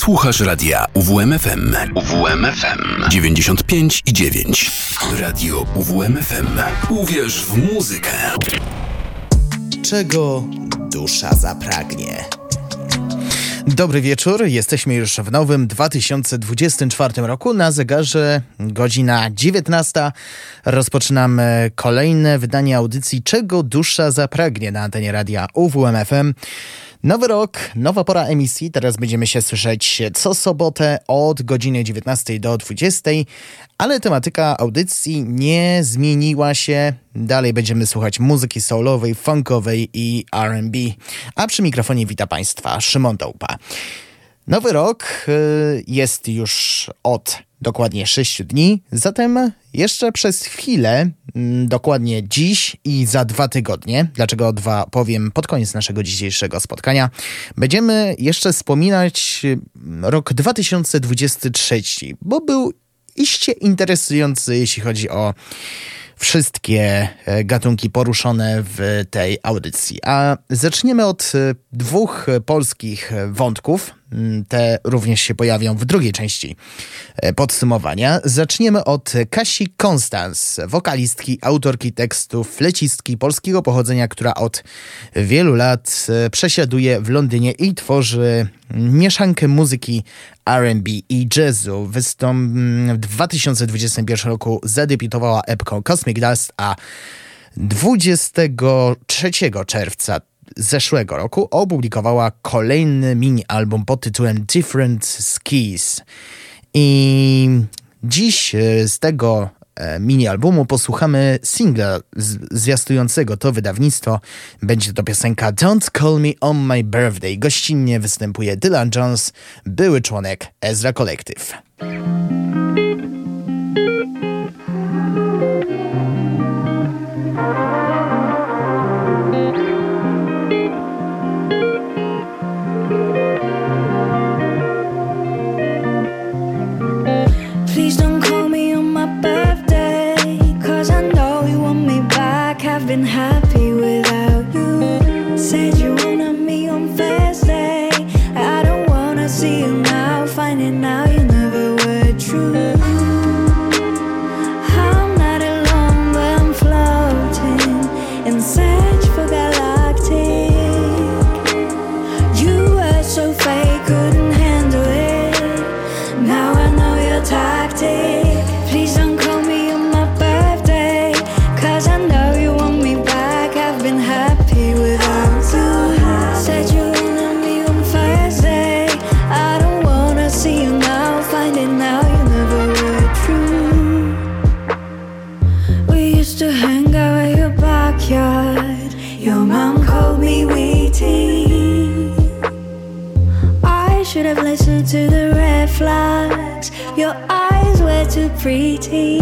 Słuchasz radia UWMFM. UWMFM 95,9. Radio UWMFM. Uwierz w muzykę. Czego dusza zapragnie? Dobry wieczór, jesteśmy już w nowym 2024 roku. Na zegarze godzina 19. Rozpoczynamy kolejne wydanie audycji Czego dusza zapragnie na antenie radia UWMFM. Nowy rok, nowa pora emisji. Teraz będziemy się słyszeć co sobotę od godziny 19 do 20, ale tematyka audycji nie zmieniła się. Dalej będziemy słuchać muzyki soulowej, funkowej i R&B. A przy mikrofonie wita Państwa Szymon Dołpa. Nowy rok jest już od dokładnie 6 dni, zatem jeszcze przez chwilę, dokładnie dziś i za 2 tygodnie, dlaczego 2 powiem pod koniec naszego dzisiejszego spotkania, będziemy jeszcze wspominać rok 2023, bo był iście interesujący, jeśli chodzi o wszystkie gatunki poruszone w tej audycji. A zaczniemy od 2 polskich wątków. Te również się pojawią w drugiej części podsumowania. Zaczniemy od Kasi Constans, wokalistki, autorki tekstów, flecistki polskiego pochodzenia, która od wielu lat przesiaduje w Londynie i tworzy mieszankę muzyki R&B i jazzu. W 2021 roku zadebiutowała epką Cosmic Dust, a 23 czerwca zeszłego roku opublikowała kolejny mini-album pod tytułem Different Skies. I dziś z tego mini-albumu posłuchamy singla zwiastującego to wydawnictwo. Będzie to piosenka Don't Call Me On My Birthday. Gościnnie występuje Dylan Jones, były członek Ezra Collective. Been happy without you. Said you wanted me on Thursday. I don't wanna see you now. Finding out you never were true. I'm not alone, but I'm floating in search for galactic. You were so fake, couldn't handle it. Now I know your tactic. Please don't call me on my birthday, 'cause I know you want me back. I've been happy without you. Said you wanted me on Thursday. I don't wanna see you now. Finding out you never were true. We used to hang out at your backyard. Your mom called me Wheatie. I should have listened to the red flags. Your eyes were too pretty.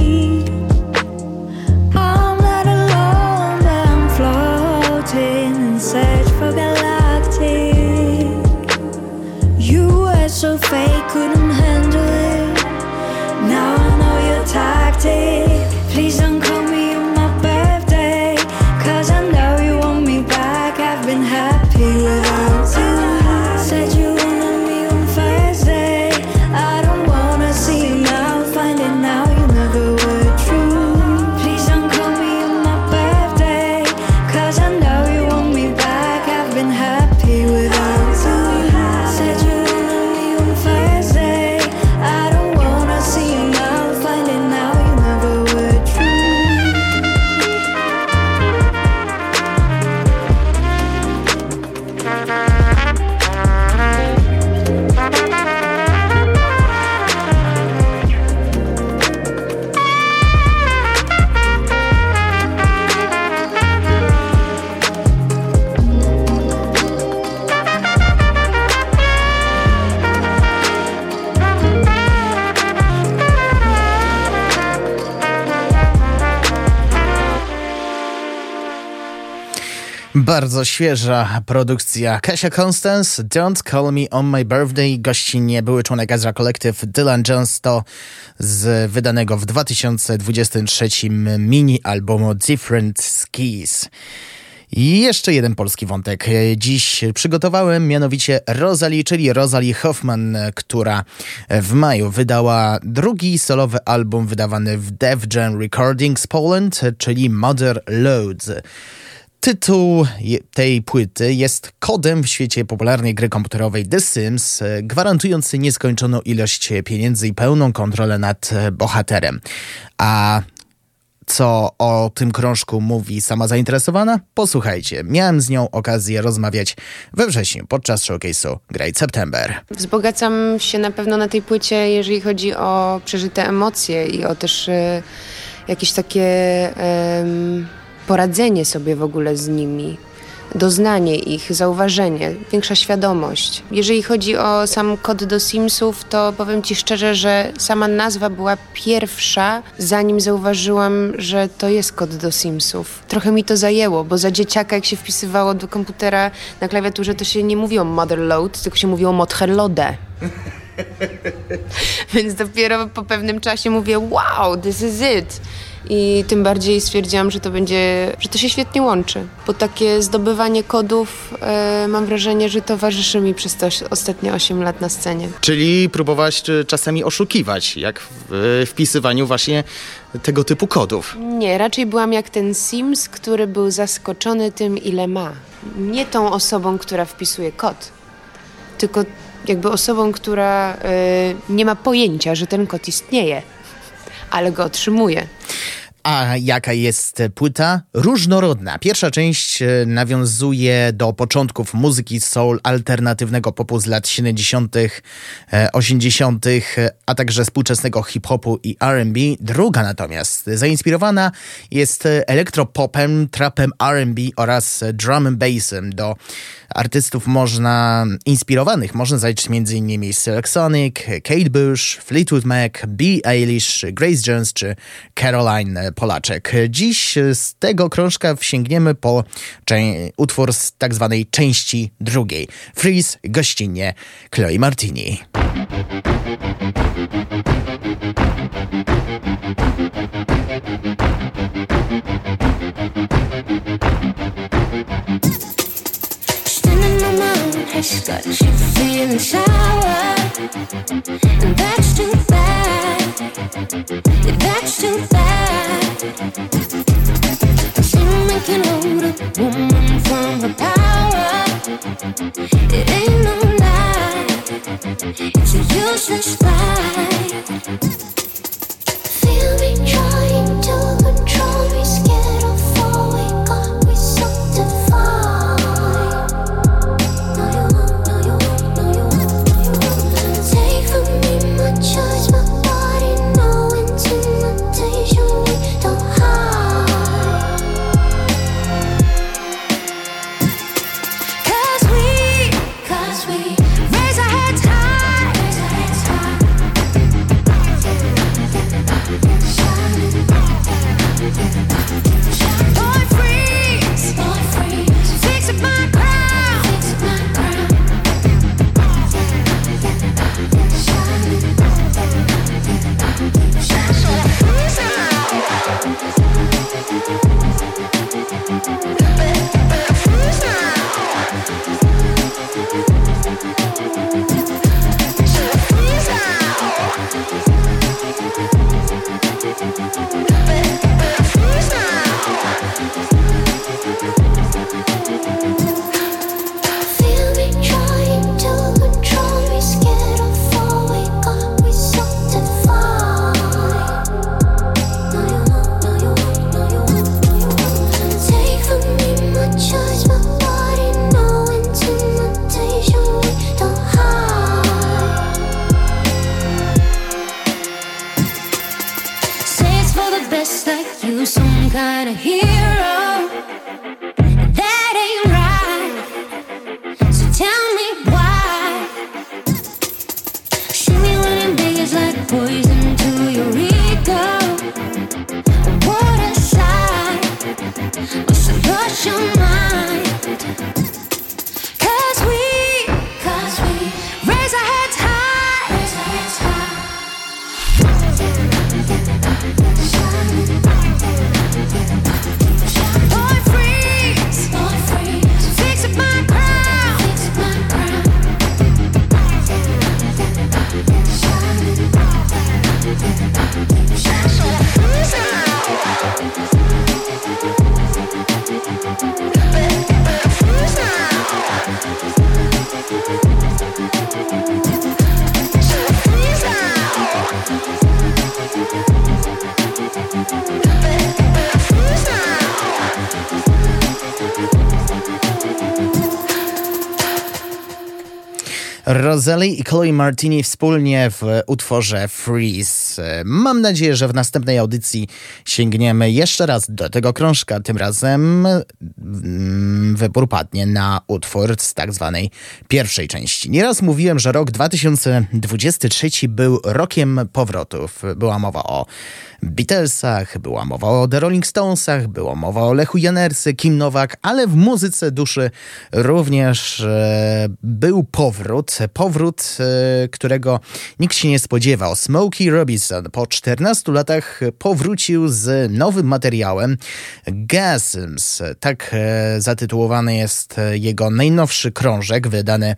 In search for galactic. You were so fake, couldn't handle it. Now I know your tactic. Please don't call me on my birthday, 'cause I know you want me back. I've been happy without you. Said you wanted me on Thursday. I don't wanna see you now. Finding out you never were true. Please don't call me on my birthday, 'cause I know you want me back. I've been happy without you. Said you wanted me on Thursday. I don't wanna see you now. Finding out you never were true. Bardzo świeża produkcja. Kasia Constans, Don't Call Me On My Birthday. Gościnnie były członek Ezra Collective Dylan Jones, to z wydanego w 2023 mini-albumu Different Skies. I jeszcze jeden polski wątek dziś przygotowałem, mianowicie Rosalie, czyli Rosalie Hoffman, która w maju wydała drugi solowy album wydawany w Def Jam Recordings Poland, czyli Mother Loads. Tytuł tej płyty jest kodem w świecie popularnej gry komputerowej The Sims, gwarantujący nieskończoną ilość pieniędzy i pełną kontrolę nad bohaterem. A co o tym krążku mówi sama zainteresowana? Posłuchajcie. Miałem z nią okazję rozmawiać we wrześniu podczas showcase'u Great September. Wzbogacam się na pewno na tej płycie, jeżeli chodzi o przeżyte emocje i o też jakieś takie poradzenie sobie w ogóle z nimi. Doznanie ich, zauważenie, większa świadomość. Jeżeli chodzi o sam kod do Simsów, to powiem Ci szczerze, że sama nazwa była pierwsza, zanim zauważyłam, że to jest kod do Simsów. Trochę mi to zajęło, bo za dzieciaka, jak się wpisywało do komputera na klawiaturze, to się nie mówiło motherload, tylko się mówiło motherloade. Więc dopiero po pewnym czasie mówię, wow, this is it. I tym bardziej stwierdziłam, że to się świetnie łączy. Bo takie zdobywanie kodów, mam wrażenie, że towarzyszy mi przez te ostatnie 8 lat na scenie. Czyli próbowałaś czasami oszukiwać, jak w wpisywaniu właśnie tego typu kodów? Nie, raczej byłam jak ten Sims, który był zaskoczony tym, ile ma. Nie tą osobą, która wpisuje kod, tylko jakby osobą, która nie ma pojęcia, że ten kod istnieje, ale go otrzymuje. A jaka jest płyta? Różnorodna. Pierwsza część nawiązuje do początków muzyki soul, alternatywnego popu z lat 70., 80., a także współczesnego hip-hopu i R&B. Druga natomiast zainspirowana jest elektropopem, trapem R&B oraz drum and bassem. Do artystów inspirowanych można zaliczyć m.in. Silk Sonic, Kate Bush, Fleetwood Mac, Billie Eilish, Grace Jones czy Caroline Polaczek. Dziś z tego krążka sięgniemy po utwór z tak zwanej części drugiej. Freeze, gościnnie, Chloe Martini. Got you feeling sour, and that's too bad. That's too bad. Seeming can hold a woman from her power. It ain't no lie. It's a useless fight. Feel me trying to control me, scared of all we got. We so divine. Choice, my body, no intimidation, we don't hide. Cause we raise our heads high. Boy freeze, fix up my crown. Feel me trying to control me, scared of all we got. We so divine. Take from me my choice, my body, no intimidation, we don't hide. Say it's for the best, like you some kind of hero. That ain't right, so tell me why. See me running big is like poison to your ego. What a sight, must have lost your mind. Cause we raise our heads high. Rosalie i Chloe Martini wspólnie w utworze Freeze. Mam nadzieję, że w następnej audycji sięgniemy jeszcze raz do tego krążka. Tym razem wybór padnie na utwór z tak zwanej pierwszej części. Nieraz mówiłem, że rok 2023 był rokiem powrotów. Była mowa o Beatlesach, była mowa o The Rolling Stonesach, była mowa o Lechu Janerce, Kim Nowak, ale w muzyce duszy również był powrót, którego nikt się nie spodziewał. Smokey Robinson po 14 latach powrócił z nowym materiałem Gasms. Tak zatytułowany jest jego najnowszy krążek, wydany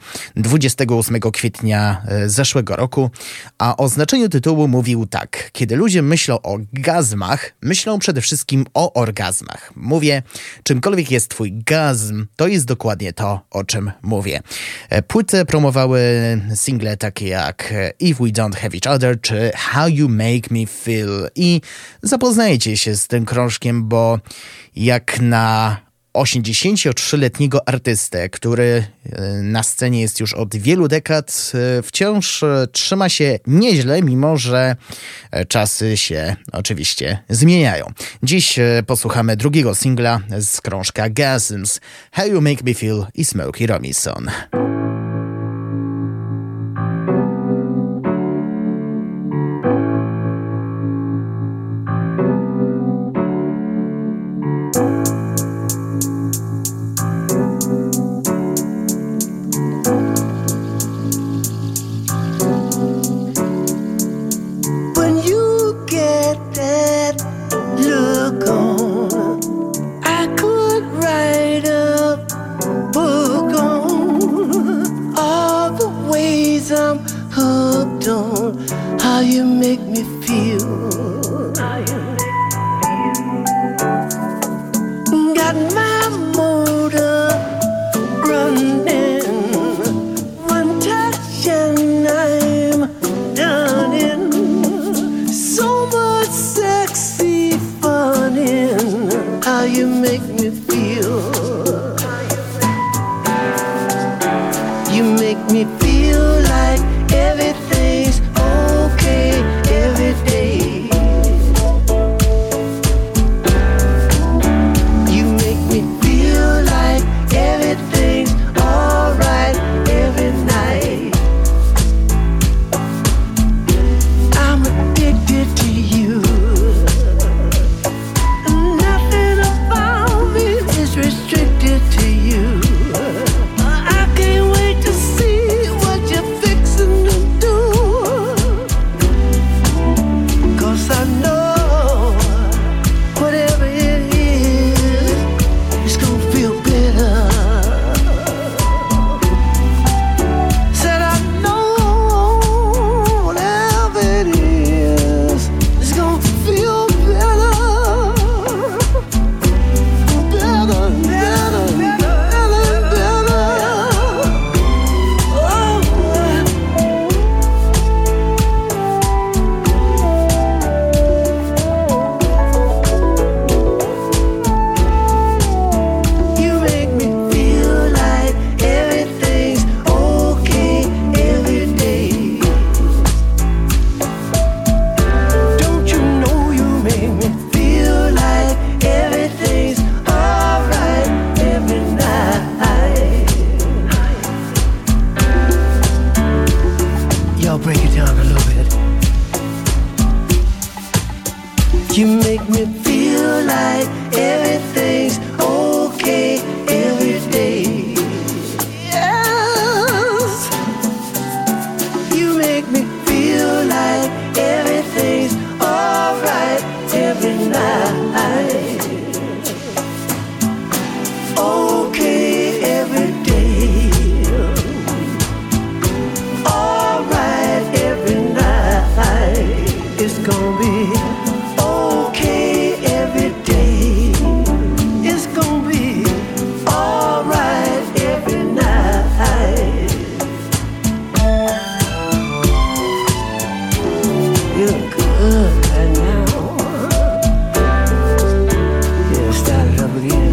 28 kwietnia zeszłego roku, a o znaczeniu tytułu mówił tak. Kiedy ludzie myślą o gazmach, myślą przede wszystkim o orgazmach. Mówię, czymkolwiek jest twój gazm, to jest dokładnie to, o czym mówię. Płytę promowały single takie jak If We Don't Have Each Other czy How You Make Me Feel i zapoznajcie się z tym krążkiem, bo jak na 83-letniego artystę, który na scenie jest już od wielu dekad, wciąż trzyma się nieźle, mimo że czasy się oczywiście zmieniają. Dziś posłuchamy drugiego singla z krążka Gasms, How You Make Me Feel i Smokey Robinson.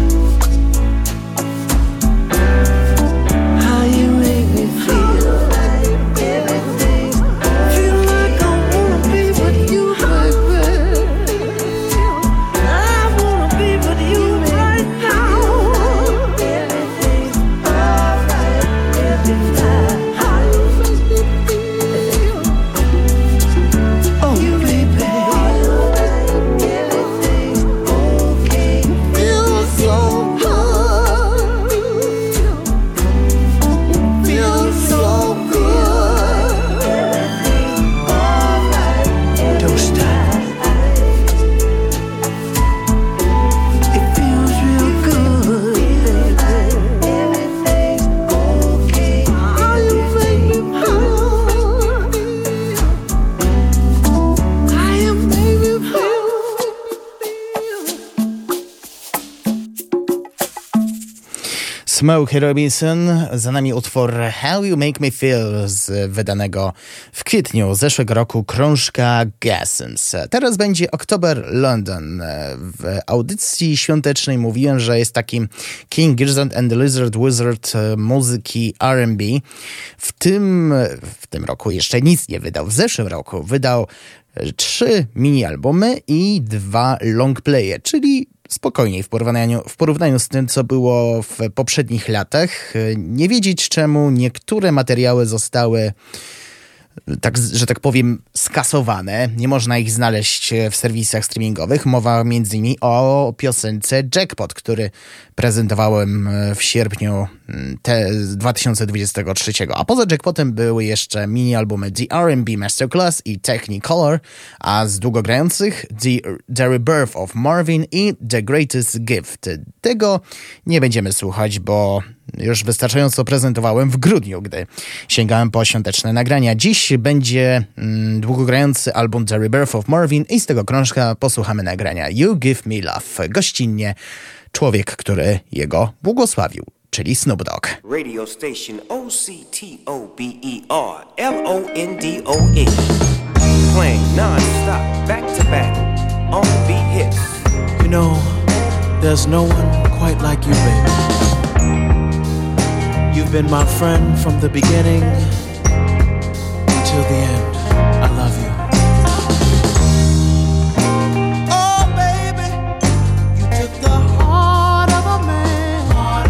How you make me feel. Smokey Robinson, za nami utwór How You Make Me Feel z wydanego w kwietniu zeszłego roku krążka Gassens. Teraz będzie October London. W audycji świątecznej mówiłem, że jest taki King Gizzard and the Lizard Wizard muzyki R&B. W tym roku jeszcze nic nie wydał. W zeszłym roku wydał 3 mini-albumy i 2 longplaye, czyli spokojniej w porównaniu z tym, co było w poprzednich latach. Nie wiedzieć czemu niektóre materiały zostały, tak, że tak powiem, skasowane. Nie można ich znaleźć w serwisach streamingowych. Mowa m.in. o piosence Jackpot, który prezentowałem w sierpniu 2023. A poza Jackpotem były jeszcze mini-albumy The R&B Masterclass i Technicolor, a z długogrających The Rebirth of Marvin i The Greatest Gift. Tego nie będziemy słuchać, bo już wystarczająco prezentowałem w grudniu, gdy sięgałem po świąteczne nagrania. Dziś będzie długogrający album The Rebirth of Marvin i z tego krążka posłuchamy nagrania You Give Me Love. Gościnnie człowiek, który jego błogosławił, czyli Snoop Dogg. Radio station OCTOBER LONDON, playing non-stop, back to back, on beat hits. You know, there's no one quite like you, baby. You've been my friend from the beginning until the end. I love you. Oh, baby, you took the heart of a man.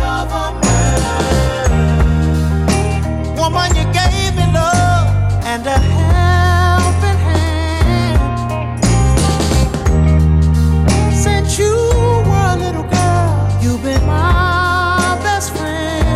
Woman, you gave me love and a helping hand. Since you were a little girl, you've been my best friend.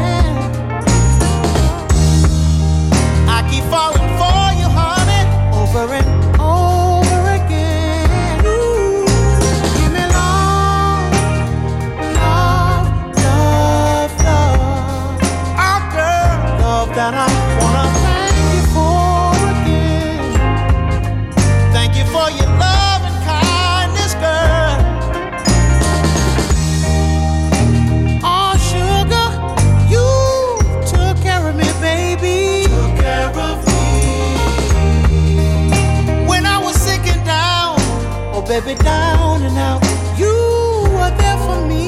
Falling for you, honey, over and over again. Ooh, give me love, love, love, love. Oh, girl, love that I wanna thank you for again. Thank you for your love and kindness, girl. Oh, sugar, you took care of me, baby. Took care of baby, down and out, you were there for me.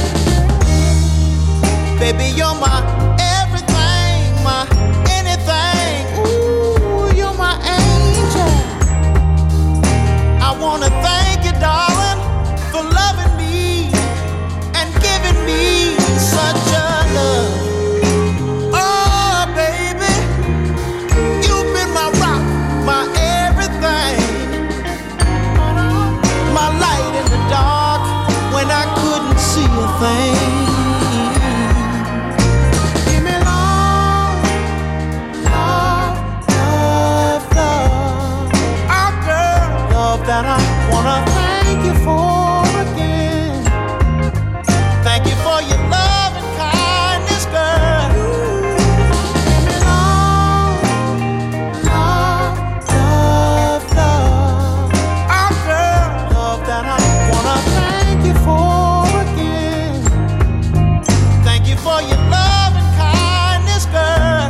Baby, you're my everything, my anything. Ooh, you're my angel. I wanna thank you, darling, for loving me and giving me such a love. Oh, baby, you've been my rock, my everything. My light in the dark when I couldn't see a thing. Give me love, love, love, love. Oh, girl, love that I wanna thank you for again. Thank you for your love and kindness, girl. Give me love, love, love, love. Oh, girl, that I wanna thank you for again. Thank you for your love and kindness, girl.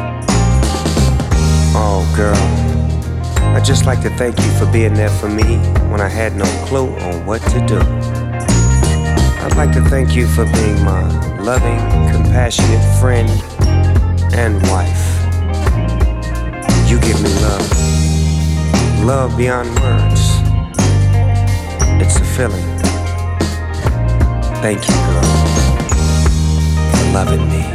Oh, girl, I'd just like to thank you for being there for me when I had no clue on what to do. I'd like to thank you for being my loving, compassionate friend and wife. You give me love, love beyond words. It's a feeling. Thank you, girl, for loving me.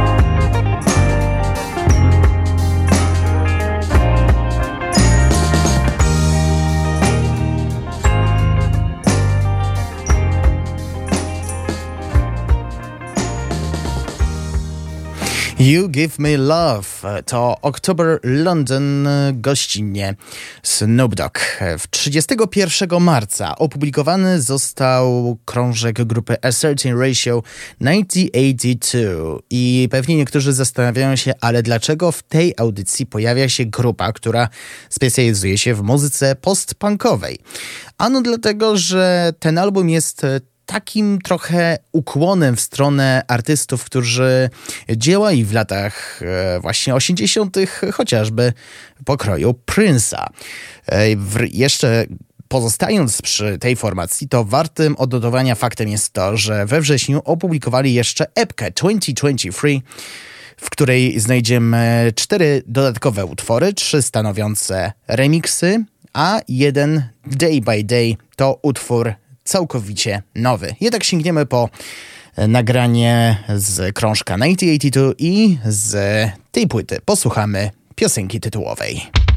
You Give Me Love to October London, gościnnie Snoop Dogg. 31 marca opublikowany został krążek grupy A Certain Ratio 1982 i pewnie niektórzy zastanawiają się, ale dlaczego w tej audycji pojawia się grupa, która specjalizuje się w muzyce post-punkowej? Ano dlatego, że ten album jest takim trochę ukłonem w stronę artystów, którzy działali w latach właśnie 80., chociażby pokroju Prince'a. Jeszcze pozostając przy tej formacji, to wartym odnotowania faktem jest to, że we wrześniu opublikowali jeszcze epkę 2023, w której znajdziemy 4 dodatkowe utwory, 3 stanowiące remiksy, a 1 Day by Day to utwór całkowicie nowy. Jednak sięgniemy po nagranie z krążka 1982 i z tej płyty posłuchamy piosenki tytułowej.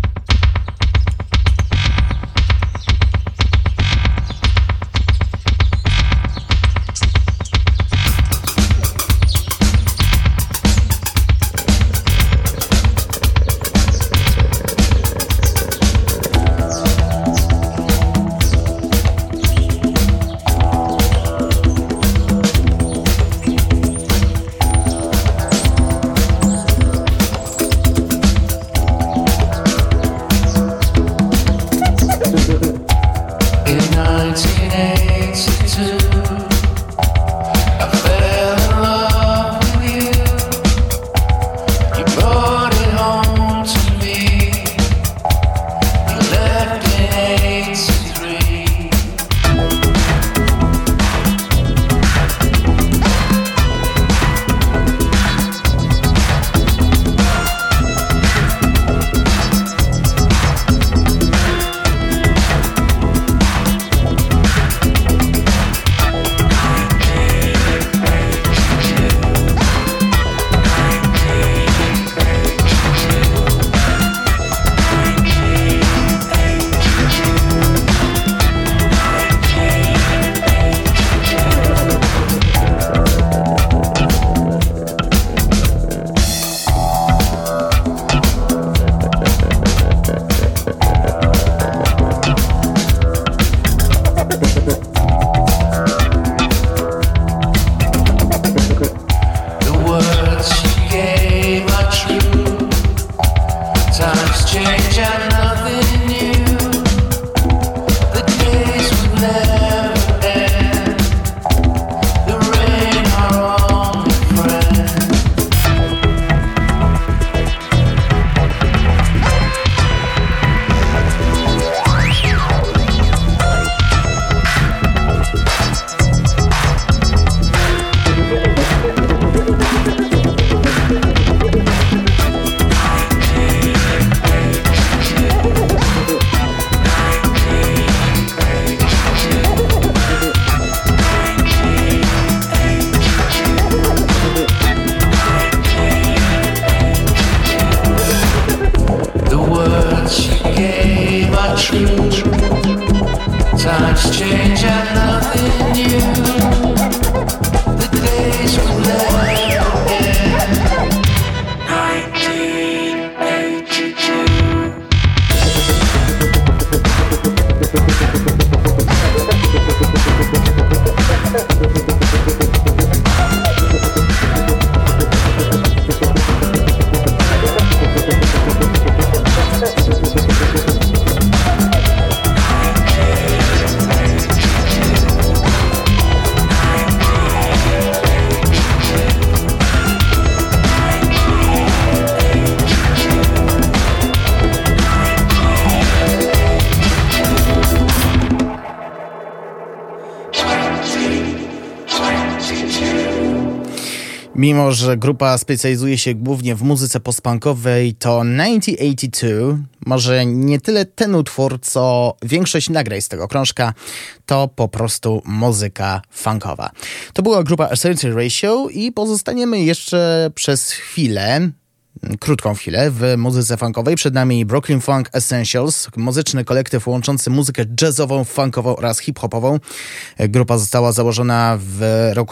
Mimo że grupa specjalizuje się głównie w muzyce postpunkowej, to 1982, może nie tyle ten utwór, co większość nagrań z tego krążka, to po prostu muzyka funkowa. To była grupa Assertive Ratio i pozostaniemy jeszcze przez chwilę, krótką chwilę w muzyce funkowej. Przed nami Brooklyn Funk Essentials, muzyczny kolektyw łączący muzykę jazzową, funkową oraz hip-hopową. Grupa została założona w roku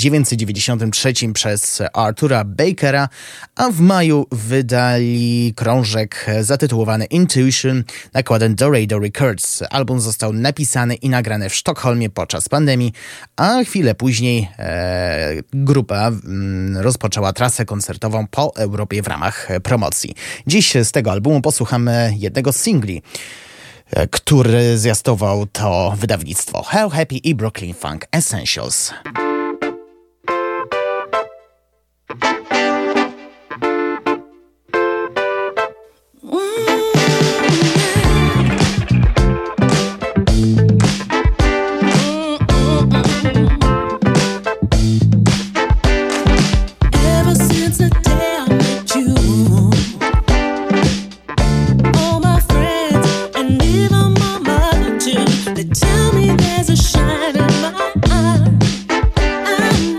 1993 przez Artura Bakera, a w maju wydali krążek zatytułowany Intuition nakładem Dorado Records. Album został napisany i nagrany w Sztokholmie podczas pandemii, a chwilę później grupa rozpoczęła trasę koncertową po Europie w ramach promocji. Dziś z tego albumu posłuchamy jednego z singli. który zwiastował to wydawnictwo. How Happy i Brooklyn Funk Essentials. Tell me there's a shine in my eye.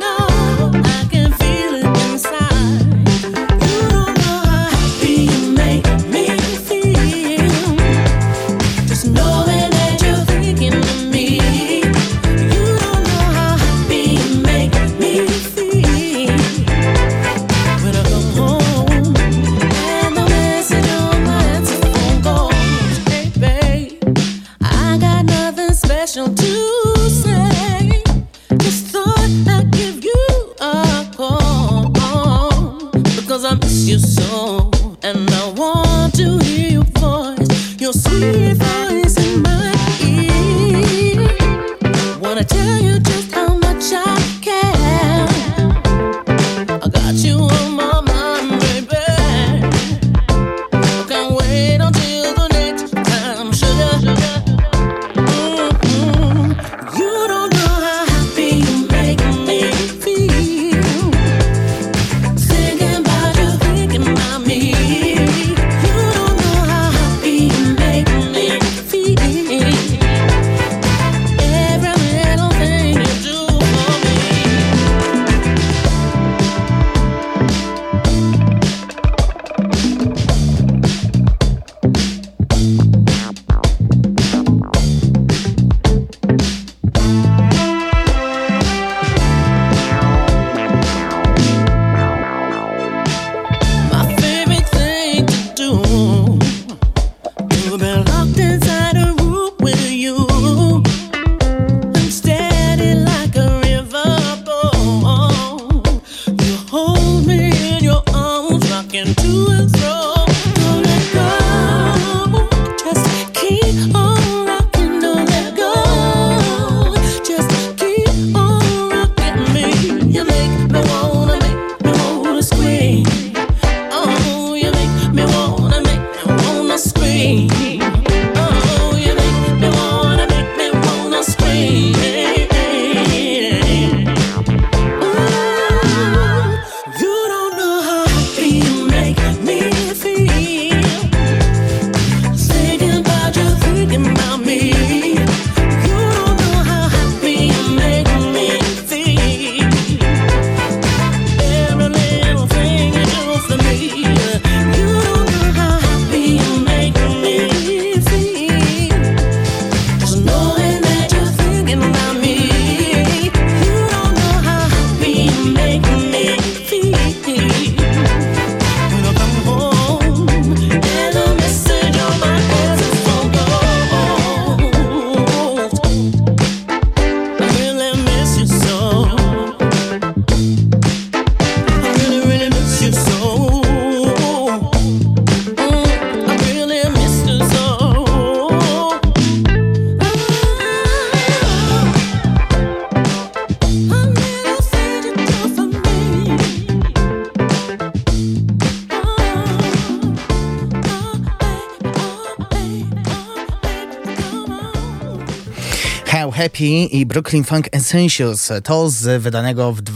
How Happy i Brooklyn Funk Essentials to z wydanego w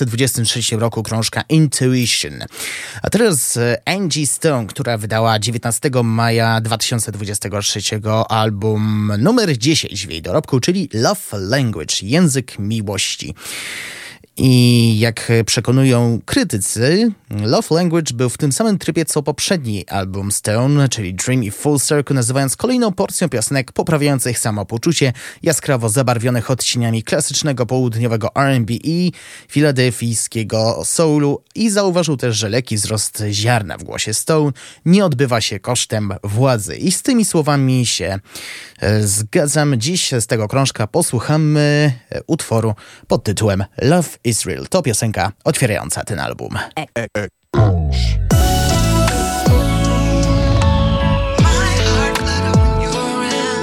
2023 roku krążka Intuition. A teraz Angie Stone, która wydała 19 maja 2023 album numer 10 w jej dorobku, czyli Love Language, język miłości. I jak przekonują krytycy, Love Language był w tym samym trybie co poprzedni album Stone, czyli Dream i Full Circle, nazywając kolejną porcją piosenek poprawiających samopoczucie, jaskrawo zabarwionych odcieniami klasycznego południowego R&B i filadelfijskiego soulu, i zauważył też, że lekki wzrost ziarna w głosie Stone nie odbywa się kosztem władzy. I z tymi słowami się zgadzam. Dziś z tego krążka posłuchamy utworu pod tytułem Love is Real. To piosenka otwierająca ten album. My heart flutter when you're around.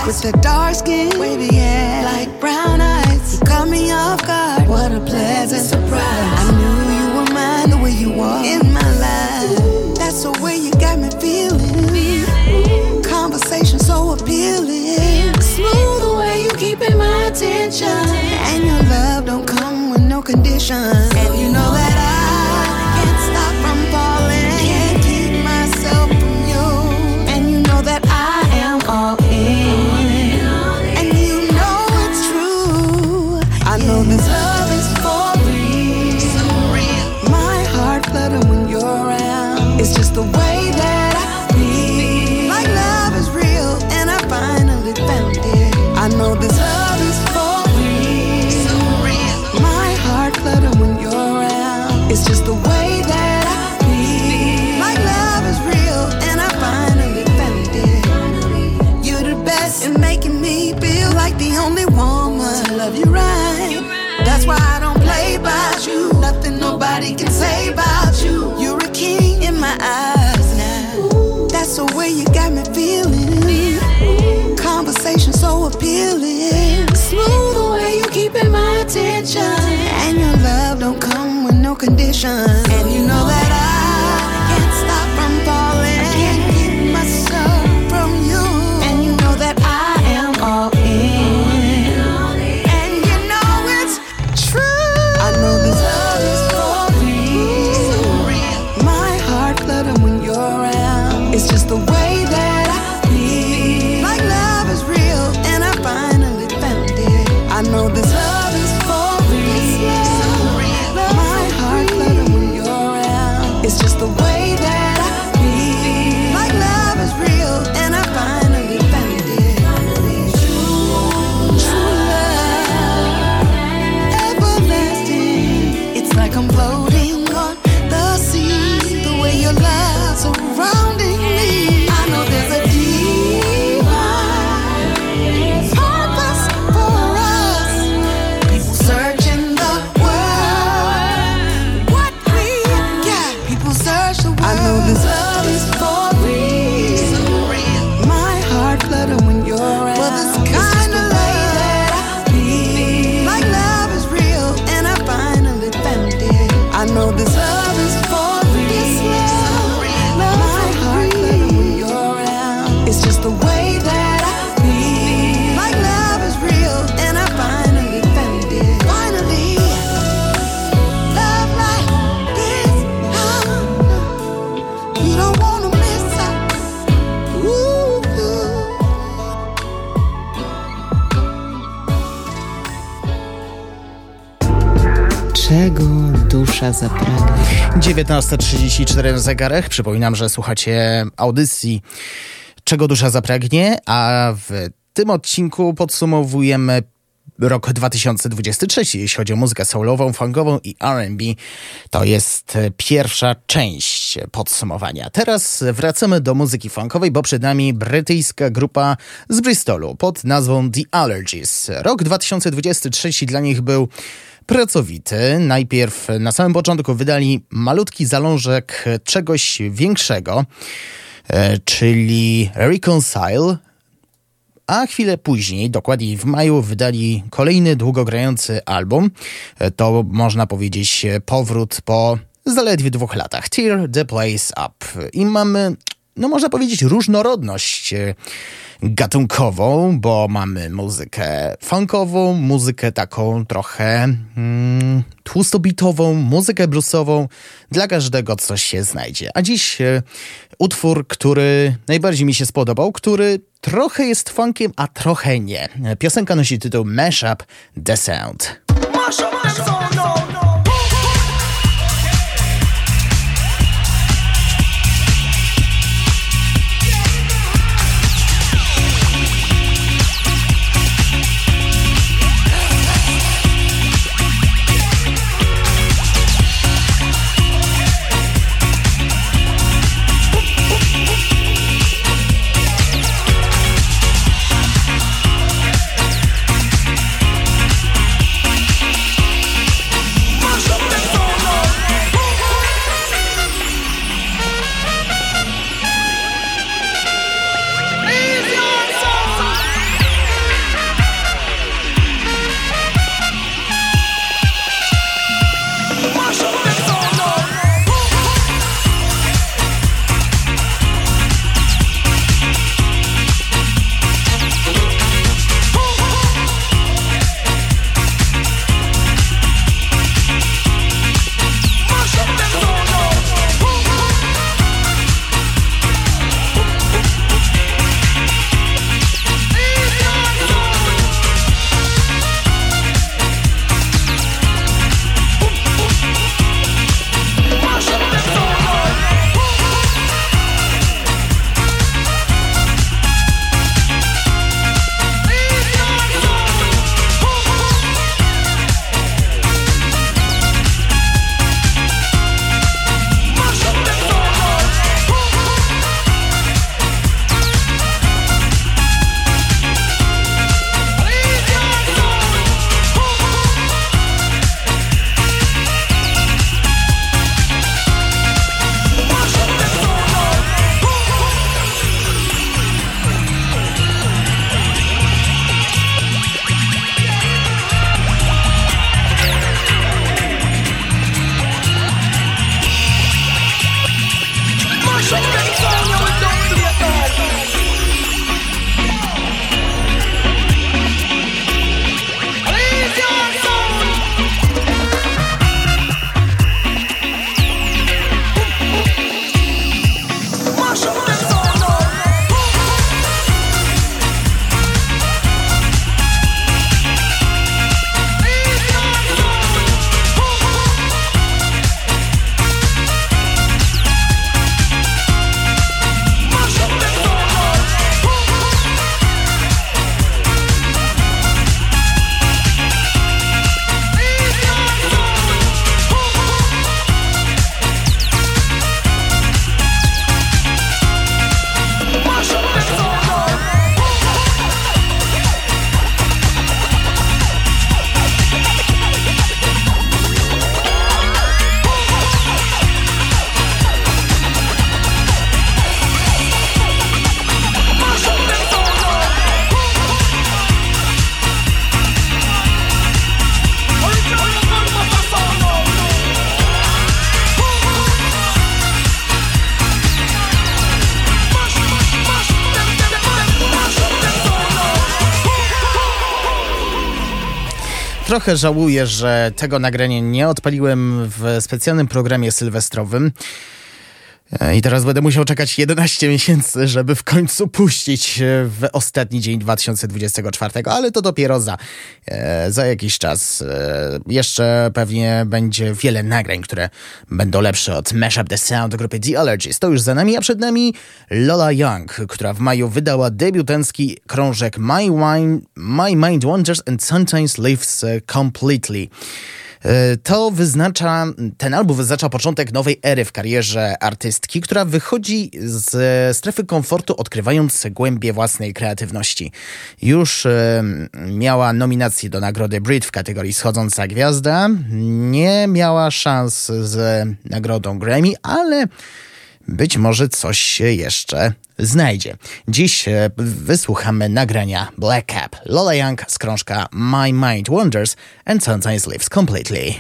eyes with the dark skin, wavy hair like brown eyes. You caught me off guard. What a pleasant surprise. I knew you were mine the way you walk in my life. That's the way you got me feeling. Conversation so appealing. Smooth the way you keeping my attention. And your love don't come with no conditions. And you know that I can't stop from falling. Can't keep myself from you. And you know that I am all in. And you know it's true. I know this love is for real. My heart flutters when you're around. It's just the way that I feel. Like love is real, and I finally found it. I know this love is for real. My heart flutters when you're around. It's just the way that I feel. Like love is real, and I finally found it. You're the best in making me feel like the only woman to love you right. That's why I don't play about you. Nothing nobody can say about you. You're a king in my eyes now. That's the way you got me feeling. Conversation so appealing. Smooth the way you keeping my attention. And your love don't come with no conditions. And you know that I can't stop from falling. I can't keep myself from you. And you know that I am all in. And you know it's true. I know this love is for real. My heart flutters when you're around. It's just the way that I feel. Like love is real, and I finally found it. I know this love is for real. My heart flutters when you're around. It's just the way that I feel. Like love is real, and I finally found it. True love, everlasting. It's like I'm floating on the sea. The way your love's surrounding me. I know there's a divine purpose for us. People searching the world. What we got? People search the world. I know this love is for real. My heart flutters when you're around. Well, this kind of love that I feel. Like love is real, and I finally found it. I know this love is for real. My heart flutters when you're around. It's just the way that I feel. Like love is real, and I finally found it. Finally, love like this. You don't wanna miss out. Ooh. Czego dusza zapragnie? 19:34 na zegarach. Przypominam, że słuchacie audycji Czego dusza zapragnie, a w tym odcinku podsumowujemy rok 2023, jeśli chodzi o muzykę soulową, funkową i R&B. To jest pierwsza część podsumowania. Teraz wracamy do muzyki funkowej, bo przed nami brytyjska grupa z Bristolu pod nazwą The Allergies. Rok 2023 dla nich był pracowity. Najpierw na samym początku wydali malutki zalążek czegoś większego, czyli Reconcile, a chwilę później, dokładniej w maju, wydali kolejny długogrający album. To można powiedzieć powrót po zaledwie 2 latach. Tear the Place Up. I mamy, no można powiedzieć, różnorodność gatunkową, bo mamy muzykę funkową, muzykę taką trochę tłustobitową, muzykę bluesową. Dla każdego coś się znajdzie. A dziś utwór, który najbardziej mi się spodobał, który trochę jest funkiem, a trochę nie. Piosenka nosi tytuł Mash Up the Sound. Trochę żałuję, że tego nagrania nie odpaliłem w specjalnym programie sylwestrowym. I teraz będę musiał czekać 11 miesięcy, żeby w końcu puścić w ostatni dzień 2024, ale to dopiero za jakiś czas. Jeszcze pewnie będzie wiele nagrań, które będą lepsze od Mash Up The Sound grupy The Allergies. To już za nami, a przed nami Lola Young, która w maju wydała debiutancki krążek My Mind Wanders and Sometimes Lives Completely. Ten album wyznacza początek nowej ery w karierze artystki, która wychodzi z strefy komfortu, odkrywając głębie własnej kreatywności. Już miała nominację do nagrody Brit w kategorii Schodząca Gwiazda, nie miała szans z nagrodą Grammy, ale być może coś się jeszcze znajdzie. Dziś wysłuchamy nagrania Black Cap, Lola Young z krążka My Mind Wanders and Sometimes Lives Completely.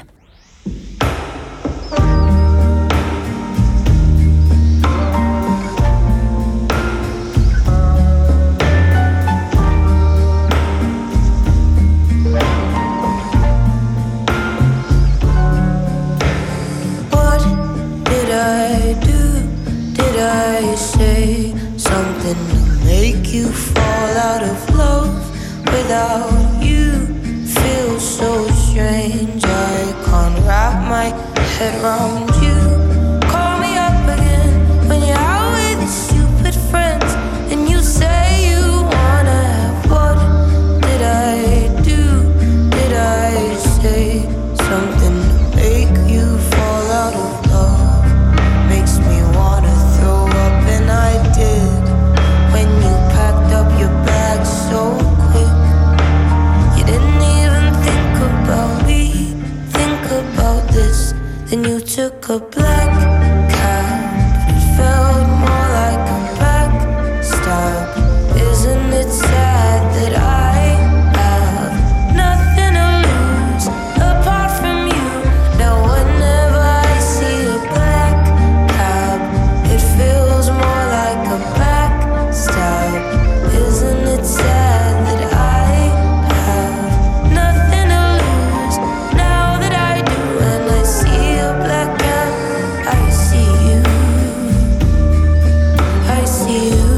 I say something to make you fall out of love? Without you, feel so strange. I can't wrap my head around you. Call me up again when you're out with your stupid friends, and you say you wanna have. What did I do? Did I say something to make you fall out of love? Makes me wanna throw up, and I did when you packed up your bag so quick. You didn't even think about me, think about this. Then you took a black cab, but it felt more like a backstab. Isn't it sad that I have nothing to lose apart from you? Now whenever I see a black cab, it feels more like a backstab. Isn't it sad that I have nothing to lose now that I do? When I see a black cab, I see you, I see you.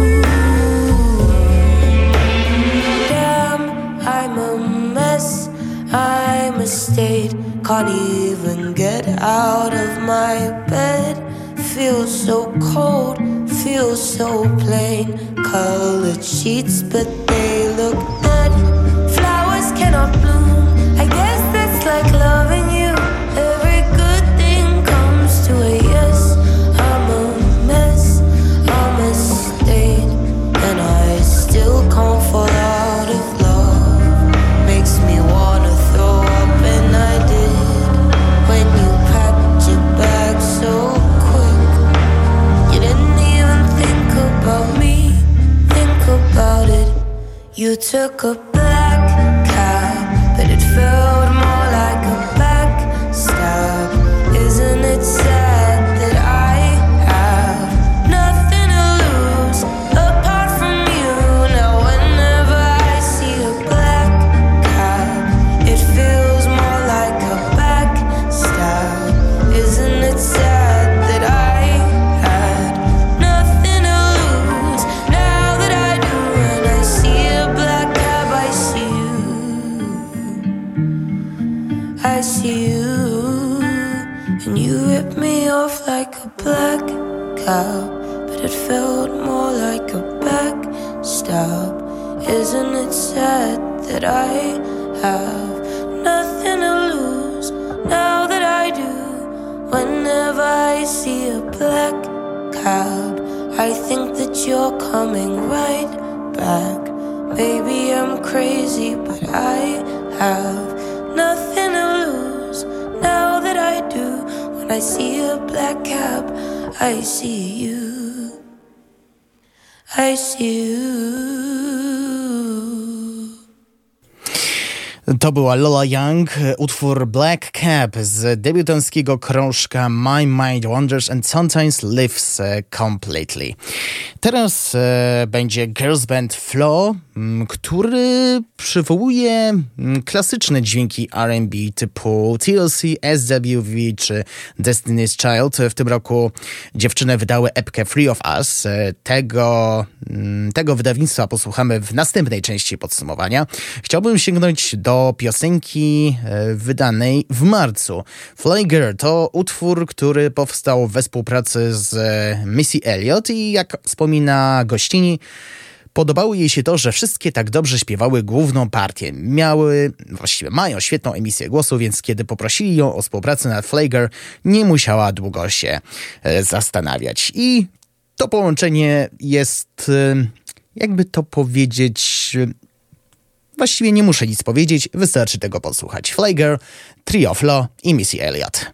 Damn, I'm a mess, I'm a state. Can't even get out of my bed. Feel so cold, feel so plain. Colored sheets, but they look dead. Flowers cannot bloom, I guess that's like loving you. Every good thing comes to a yes. I'm a mess, I'm a stain, and I still can't fall out of love. Makes me wanna throw up, and I did when you packed your bag so quick. You didn't even think about me, think about it. You took a black cab, but it felt more like a backstab. Isn't it sad that I have nothing to lose apart from you? Now whenever I see a black cab, it feels more like a backstab. Isn't it sad that I had nothing to lose now that I do? When I see a black cab, I see you, I see you. And you ripped me off like a black cow, but it felt more like a backstab. Isn't it sad that I have nothing to lose now that I do? Whenever I see a black cab, I think that you're coming right back. Maybe I'm crazy, but I have nothing to lose now that I do. When I see a black cab, I see you, I see you. To była Lola Young, utwór Black Cap z debiutanckiego krążka My Mind Wanders and Sometimes Lives Completely. Teraz będzie girls band Flo który przywołuje klasyczne dźwięki R&B typu TLC, SWV czy Destiny's Child. W tym roku dziewczyny wydały epkę Free of Us. Tego wydawnictwa posłuchamy w następnej części podsumowania. Chciałbym sięgnąć do piosenki wydanej w marcu. Fly Girl to utwór, który powstał we współpracy z Missy Elliott i jak wspomina gościni, podobało jej się to, że wszystkie tak dobrze śpiewały główną partię. Mają świetną emisję głosu, więc kiedy poprosili ją o współpracę nad Fly Girl, nie musiała długo się zastanawiać. I to połączenie jest, jakby to powiedzieć, właściwie nie muszę nic powiedzieć, wystarczy tego posłuchać. Fly Girl, Trio Flo i Missy Elliott.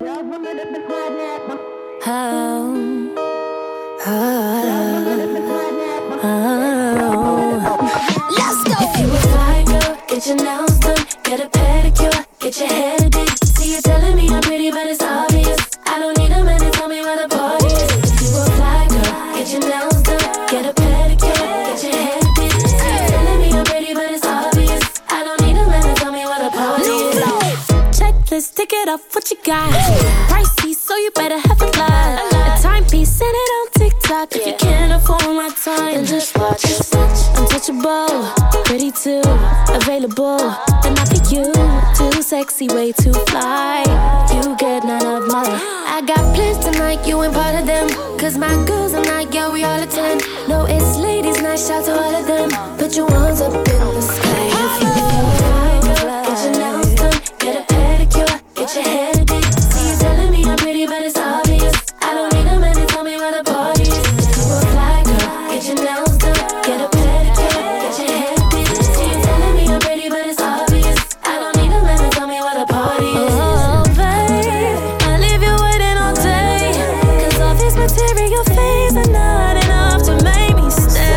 Let's go! If you a fly girl, get your nails done, get a pedicure, get your hair did. See you telling me I'm pretty, but it's obvious. I don't need a man to tell me where the party is. If you a fly girl, get your nails done, get a pedicure, get your hair did. See you telling me I'm pretty, but it's obvious. I don't need a man to tell me where the party is. Checklist, tick it off, what you got? Pricey, so you better have a lot. A timepiece, send it on TikTok. If you can't afford my time, then just watch. Untouchable, pretty too, available. Then I pick you, too sexy, way too fly. You get none of my. I got plans tonight, you ain't part of them. Cause my girls are not, yeah, we all attend. No, it's ladies' night, shout to all of them. Put your ones up in the sky. If you fly, get your nails done, get a pedicure, get your hair did. See you telling me I'm pretty, but it's obvious. I don't need a man to tell me where the party is. If you a fly girl, get your nails done, get a pedicure, get your hair did. See you telling me I'm pretty, but it's obvious. I don't need a man to tell me where the party is. Oh, babe, I leave you waiting all day. Cause all this material things are not enough to make me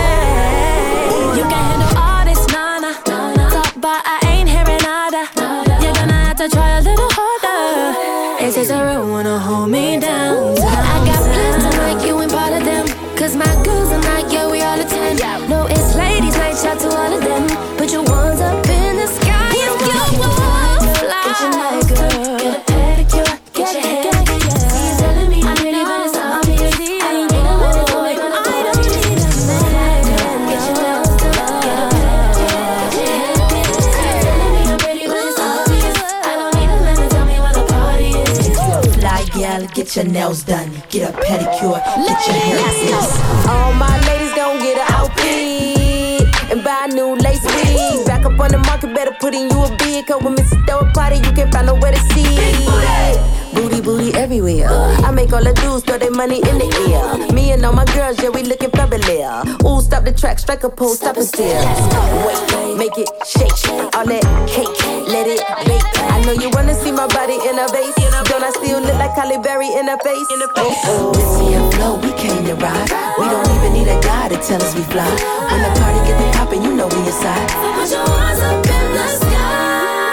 stay. You can handle all this, nana. Talk but I ain't hearing nada. You're gonna have to try a little harder. It takes a real one to hold me down. I got plans tonight, you ain't part of them. Cause my girls are not, yeah, we all attend. No, it's ladies' night, shout to all of them. Put your ones up in the sky if you won't fly. Get your night, girl, get a pedicure, get your hair. See you telling me I'm pretty, but it's obvious. I don't need a man to tell me when I'm I don't need a man. Get your nails done, get a pedicure, get your hair. See you telling me I'm pretty, but it's obvious. I don't need a man to tell me where the party is. Fly gal, get your nails done, get a pedicure, get your hair fixed. All my ladies gon' get an outfit and buy a new lace wig. Back up on the market, better put in you a bid. Cause when Mrs. Throw a party, you can't find nowhere to see. Booty, booty everywhere. I make all the dudes throw their money in the air. Me and all my girls, yeah, we looking fabulous. Ooh, stop the track, strike a pose, stop and stare. Wait, make it shake, all that cake, let it bake. I know you wanna see my body in a vase. Don't I still look like Halle Berry in her face? Oh, Missy and Flo, we came to ride. We don't even need a guy to tell us we fly. When the party get the poppin', you know we inside. Put your hands up in the sky.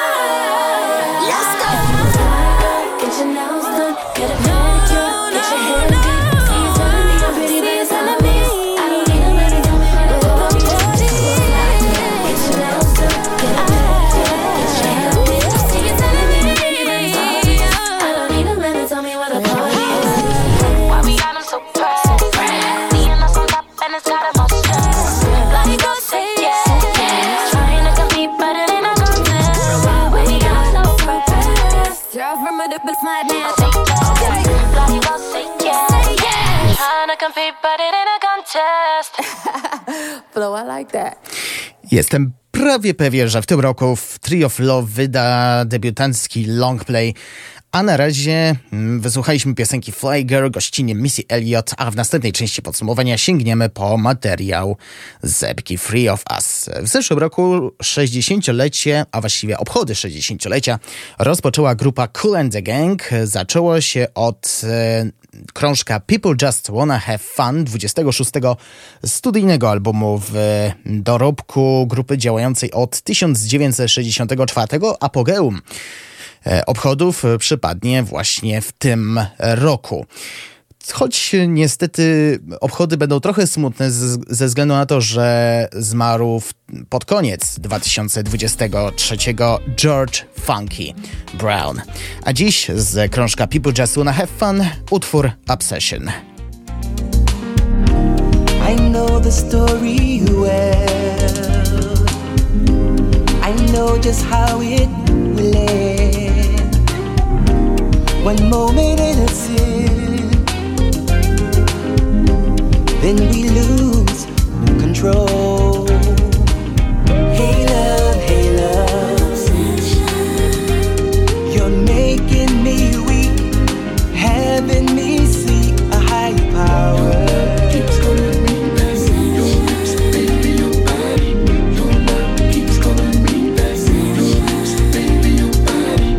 Let's go. Get your nails done, get a pedicure, get your hair did. See you telling me I'm pretty, but it's obvious. I don't need a man to tell me where the party is. Get your nails done, get a pedicure, get your hair did. See you telling me I'm pretty, but it's obvious. I don't need a man to tell me where the party is. Why we got 'em so proud? Seeing us on top and it's got 'em all stressed. Like go say yes, trying to compete, but it ain't a contest. Why we got so fast? Girl from a different side now. Like go say yes, trying to compete, but it ain't a contest. Flow, I like that. Jestem prawie pewien, że w tym roku w Trio Flo wyda debiutancki longplay, a na razie wysłuchaliśmy piosenki Fly Girl, gościnie Missy Elliott, a w następnej części podsumowania sięgniemy po materiał z epki Free of Us. W zeszłym roku 60-lecie, a właściwie obchody 60-lecia rozpoczęła grupa Kool and the Gang. Zaczęło się od krążka People Just Wanna Have Fun, 26. studyjnego albumu w dorobku grupy działającej od 1964. Apogeum obchodów przypadnie właśnie w tym roku. Choć niestety obchody będą trochę smutne ze względu na to, że zmarł pod koniec 2023 George Funky Brown. A dziś z krążka People Just Wanna Have Fun utwór Obsession. I know the story well. I know just how it will end. One moment innocent, then we lose control. Hey love, you're making me weak, having me see a higher power. Keeps calling me back, your lips, baby, your body. Your love keeps calling me back, your lips, baby, your body.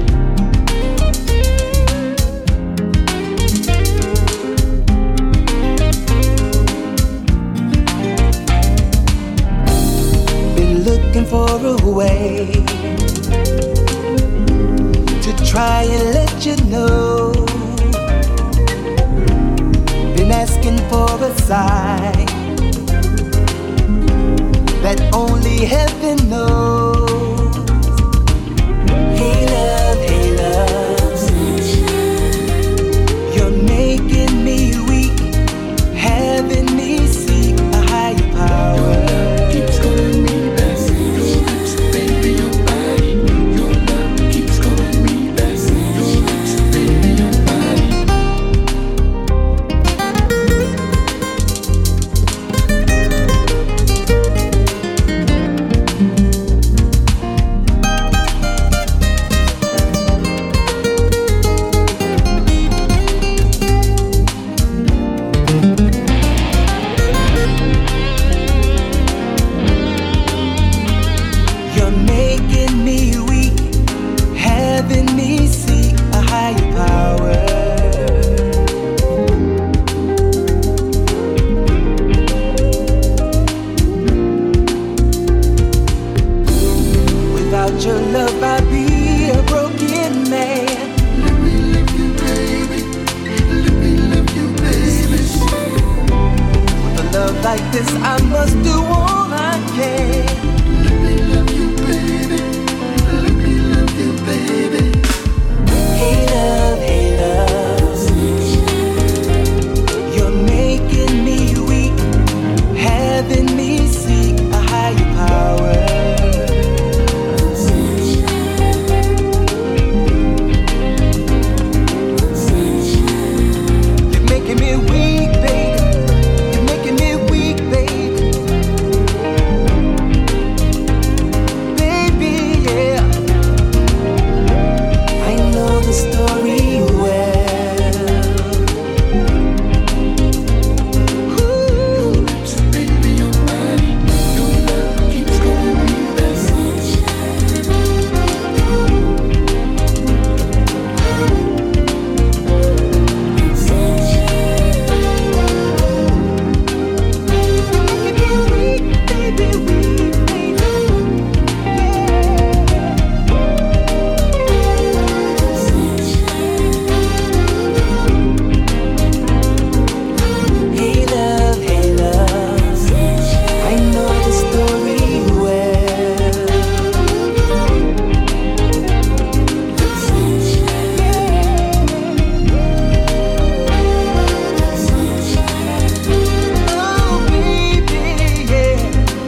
Been looking for a way to try and let you know. Been asking for a sign that only heaven knows. Hey love, you're making me weak, having me see a higher power. Keeps calling me back, your lips, baby, your body. Your love keeps calling me back, your lips, baby, your body. You're making me weak, having me see a higher power. Without your love, I'd be a broken man. Let me love you, baby. Let me love you, baby. With a love like this, I must do all I can. Let me love you, baby. Let me love you, baby. Hey love, you're making me weak, having me see a higher power. You're making me weak, baby. You're making me weak, baby. Baby, yeah. I know the story well. Your lips, baby, your body. Your love keeps calling me back. Hey love, I know the story well. Oh baby, yeah.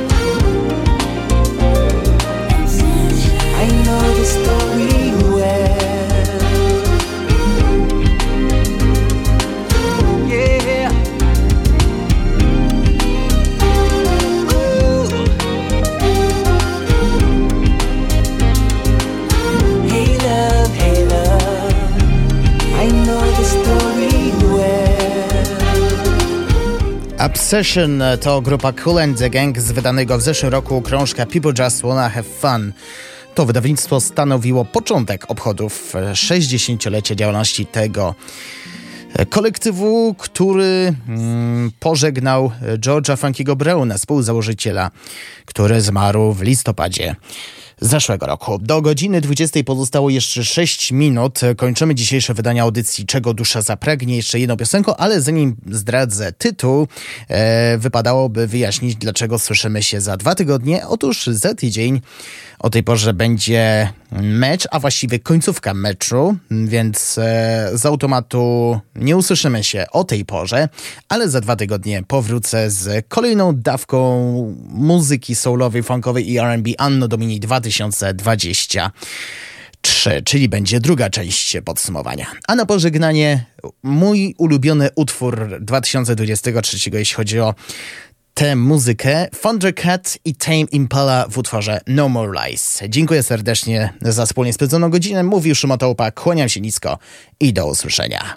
I know the story well. Yeah. Ooh. Hey love, I know the story well. Obsession to grupa Kool and the Gang z wydanego w zeszłym roku krążka People Just Wanna Have Fun. To wydawnictwo stanowiło początek obchodów 60-lecia działalności tego kolektywu, który pożegnał George'a Funky'ego Browna, współzałożyciela, który zmarł w listopadzie zeszłego roku. Do godziny 20 pozostało jeszcze 6 minut. Kończymy dzisiejsze wydanie audycji Czego dusza zapragnie. Jeszcze jedną piosenką, ale zanim zdradzę tytuł, wypadałoby wyjaśnić, dlaczego słyszymy się za 2 tygodnie. Otóż za tydzień o tej porze będzie mecz, a właściwie końcówka meczu, więc z automatu nie usłyszymy się o tej porze, ale za 2 tygodnie powrócę z kolejną dawką muzyki soulowej, funkowej i R&B Anno Domini 2023, czyli będzie druga część podsumowania. A na pożegnanie mój ulubiony utwór 2023, jeśli chodzi o tę muzykę, Thundercat i Tame Impala w utworze No More Lies. Dziękuję serdecznie za wspólnie spędzoną godzinę. Mówił Szymon Tołpa, kłaniam się nisko i do usłyszenia.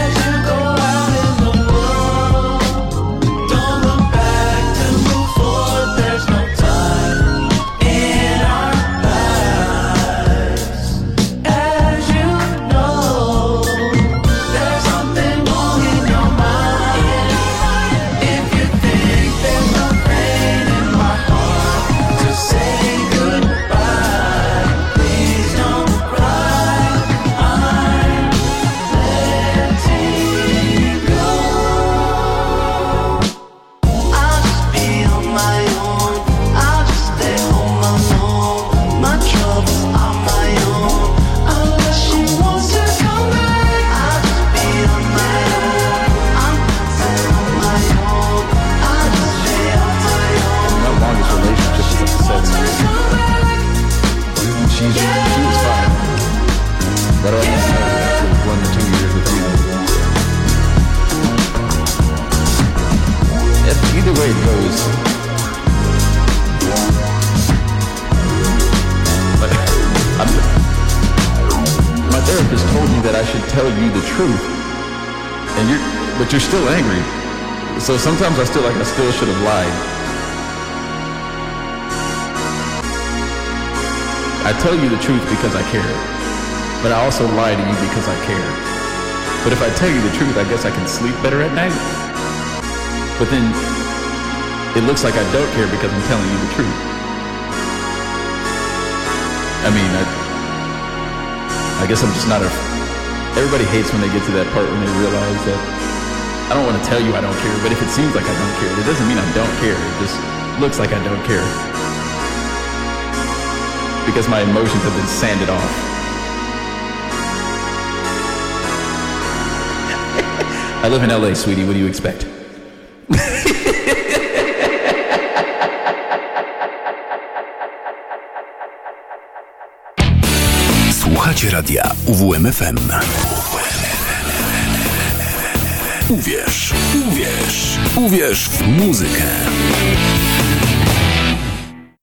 For tell you the truth, but you're still angry. So sometimes I still should have lied. I tell you the truth because I care, but I also lie to you because I care. But if I tell you the truth, I guess I can sleep better at night. But then it looks like I don't care because I'm telling you the truth. I mean, I guess I'm just not everybody hates when they get to that part when they realize that I don't want to tell you I don't care, but if it seems like I don't care, it doesn't mean I don't care. It just looks like I don't care. Because my emotions have been sanded off. I live in LA, sweetie. What do you expect? Słuchacie radia UWMFM. Uwierz w muzykę.